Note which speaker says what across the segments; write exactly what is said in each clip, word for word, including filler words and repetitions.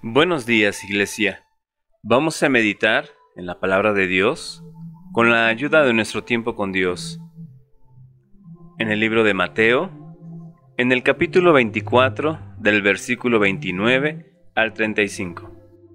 Speaker 1: Buenos días, Iglesia. Vamos a meditar en la palabra de Dios con la ayuda de nuestro tiempo con Dios. En el libro de Mateo, en el capítulo veinticuatro, del versículo veintinueve al treinta y cinco.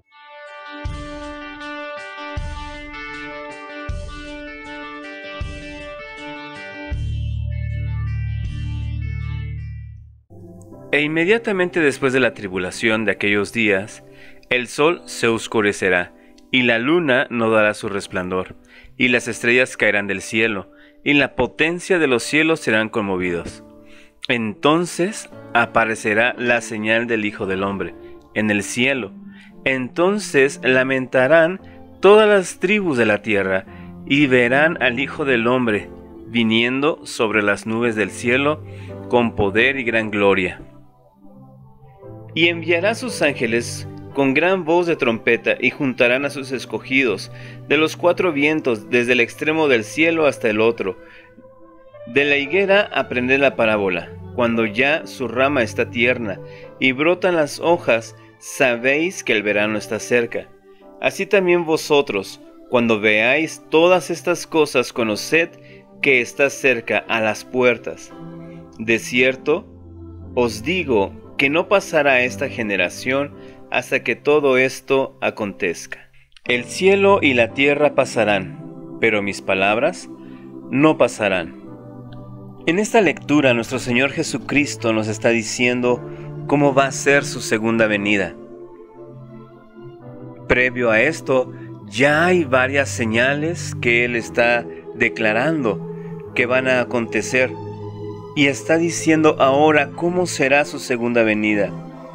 Speaker 1: E inmediatamente después de la tribulación de aquellos días, el sol se oscurecerá, y la luna no dará su resplandor, y las estrellas caerán del cielo, y la potencia de los cielos serán conmovidos. Entonces aparecerá la señal del Hijo del Hombre en el cielo. Entonces lamentarán todas las tribus de la tierra, y verán al Hijo del Hombre viniendo sobre las nubes del cielo con poder y gran gloria. Y enviará sus ángeles con gran voz de trompeta, y juntarán a sus escogidos de los cuatro vientos, desde el extremo del cielo hasta el otro. De la higuera aprended la parábola: cuando ya su rama está tierna y brotan las hojas, sabéis que el verano está cerca. Así también vosotros, cuando veáis todas estas cosas, conoced que está cerca, a las puertas. De cierto, os digo que no pasará esta generación hasta que todo esto acontezca. El cielo y la tierra pasarán, pero mis palabras no pasarán. En esta lectura, nuestro Señor Jesucristo nos está diciendo cómo va a ser su segunda venida. Previo a esto, ya hay varias señales que Él está declarando que van a acontecer. Y está diciendo ahora cómo será su segunda venida.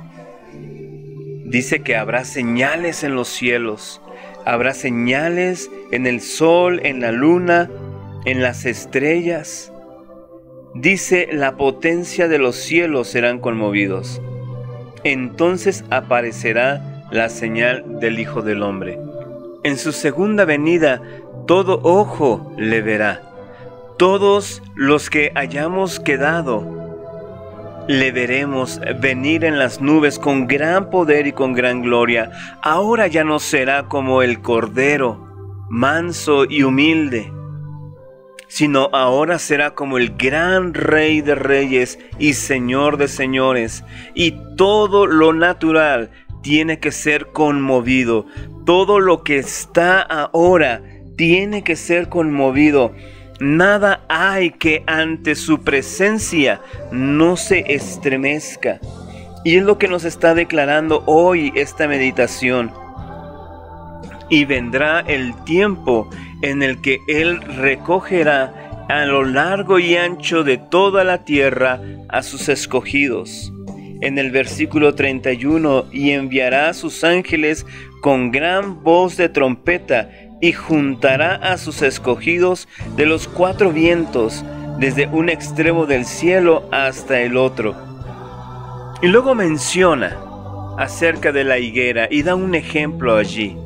Speaker 1: Dice que habrá señales en los cielos, habrá señales en el sol, en la luna, en las estrellas. Dice, la potencia de los cielos serán conmovidos. Entonces aparecerá la señal del Hijo del Hombre. En su segunda venida, todo ojo le verá. Todos los que hayamos quedado, le veremos venir en las nubes con gran poder y con gran gloria. Ahora ya no será como el Cordero, manso y humilde, sino ahora será como el gran Rey de reyes y Señor de señores. Y todo lo natural tiene que ser conmovido. Todo lo que está ahora tiene que ser conmovido. Nada hay que ante su presencia no se estremezca. Y es lo que nos está declarando hoy esta meditación. Y vendrá el tiempo en el que Él recogerá a lo largo y ancho de toda la tierra a sus escogidos. En el versículo treinta y uno, y enviará a sus ángeles con gran voz de trompeta, y juntará a sus escogidos de los cuatro vientos, desde un extremo del cielo hasta el otro. Y luego menciona acerca de la higuera y da un ejemplo allí.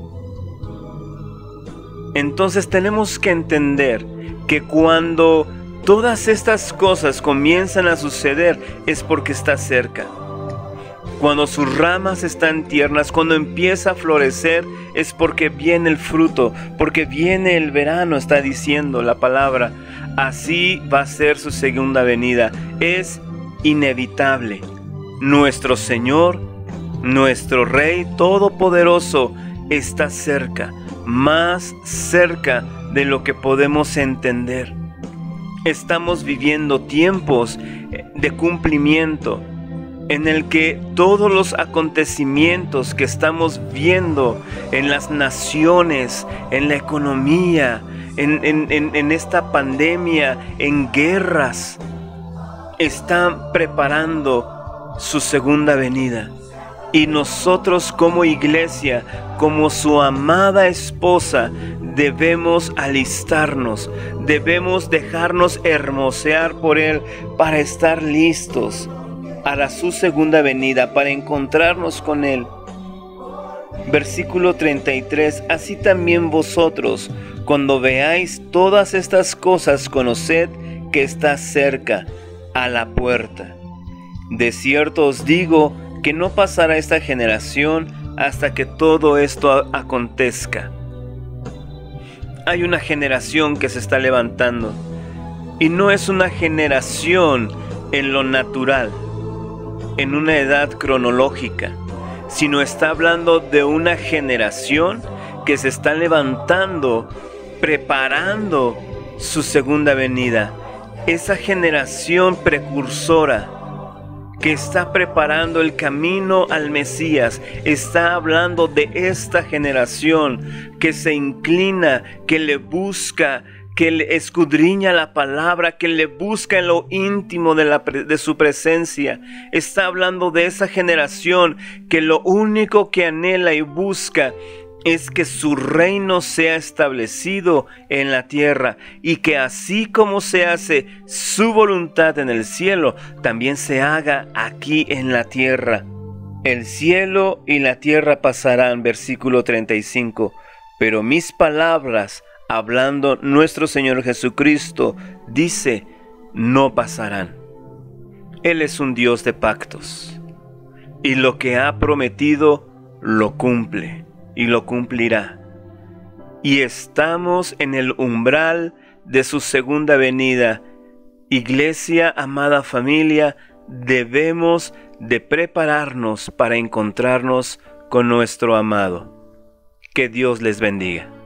Speaker 1: Entonces tenemos que entender que cuando todas estas cosas comienzan a suceder es porque está cerca. Cuando sus ramas están tiernas, cuando empieza a florecer, es porque viene el fruto, porque viene el verano, está diciendo la palabra. Así va a ser su segunda venida. Es inevitable. Nuestro Señor, nuestro Rey Todopoderoso, está cerca, más cerca de lo que podemos entender. Estamos viviendo tiempos de cumplimiento, en el que todos los acontecimientos que estamos viendo en las naciones, en la economía, en, en, en, en esta pandemia, en guerras, están preparando su segunda venida. Y nosotros como iglesia, como su amada esposa, debemos alistarnos, debemos dejarnos hermosear por Él para estar listos para su segunda venida, para encontrarnos con Él. Versículo treinta y tres, así también vosotros, cuando veáis todas estas cosas, conoced que está cerca, a la puerta. De cierto os digo que no pasará esta generación hasta que todo esto acontezca. Hay una generación que se está levantando, y no es una generación en lo natural, en una edad cronológica, sino está hablando de una generación que se está levantando, preparando su segunda venida. Esa generación precursora que está preparando el camino al Mesías, está hablando de esta generación que se inclina, que le busca, que le escudriña la palabra, que le busca en lo íntimo de, la, de su presencia. Está hablando de esa generación que lo único que anhela y busca es que su reino sea establecido en la tierra, y que así como se hace su voluntad en el cielo, también se haga aquí en la tierra. El cielo y la tierra pasarán, versículo treinta y cinco, pero mis palabras, hablando nuestro Señor Jesucristo, dice, no pasarán. Él es un Dios de pactos, y lo que ha prometido lo cumple. Y lo cumplirá. Y estamos en el umbral de su segunda venida. Iglesia, amada familia, debemos de prepararnos para encontrarnos con nuestro amado. Que Dios les bendiga.